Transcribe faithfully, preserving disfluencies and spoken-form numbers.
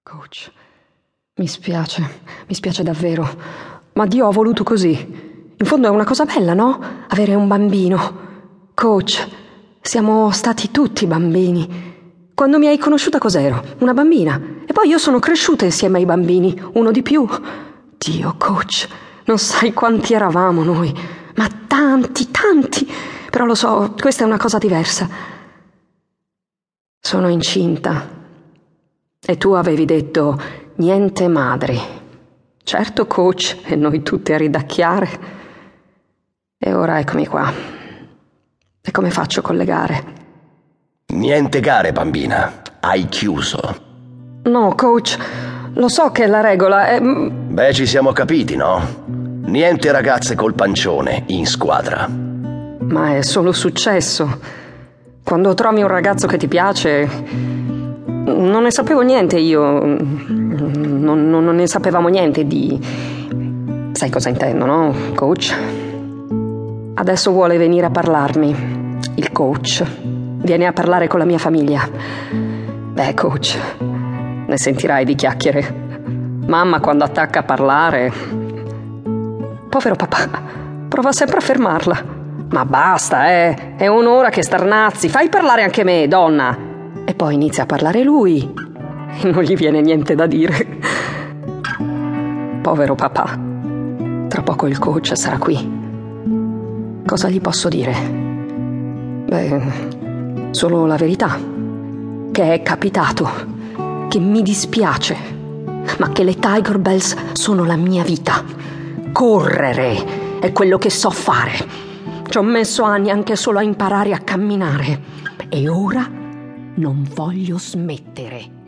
Coach, mi spiace, mi spiace davvero, ma Dio ha voluto così. In fondo è una cosa bella, no? Avere un bambino. Coach, siamo stati tutti bambini. Quando mi hai conosciuta cos'ero? Una bambina. E poi io sono cresciuta insieme ai bambini, uno di più. Dio, coach, non sai quanti eravamo noi. Ma tanti, tanti. Però lo so, questa è una cosa diversa. Sono incinta. E tu avevi detto niente madri. Certo, coach, e noi tutti a ridacchiare. E ora eccomi qua. E come faccio a collegare? Niente gare, bambina. Hai chiuso. No, coach, lo so che è la regola è... Beh, ci siamo capiti, no? Niente ragazze col pancione in squadra. Ma è solo successo. Quando trovi un ragazzo che ti piace... Non ne sapevo niente io. Non, non, non ne sapevamo niente di... Sai cosa intendo, no, coach? Adesso vuole venire a parlarmi. Il coach. Viene a parlare con la mia famiglia. Beh, coach, ne sentirai di chiacchiere. Mamma quando attacca a parlare... Povero papà, prova sempre a fermarla. Ma basta, eh. È un'ora che starnazzi. Fai parlare anche me, donna. E poi inizia a parlare lui e non gli viene niente da dire. Povero papà. Tra poco il coach sarà qui. Cosa gli posso dire? Beh, solo la verità. Che è capitato. Che mi dispiace. Ma che le Tiger Bells sono la mia vita. Correre è quello che so fare. Ci ho messo anni anche solo a imparare a camminare. E ora... non voglio smettere.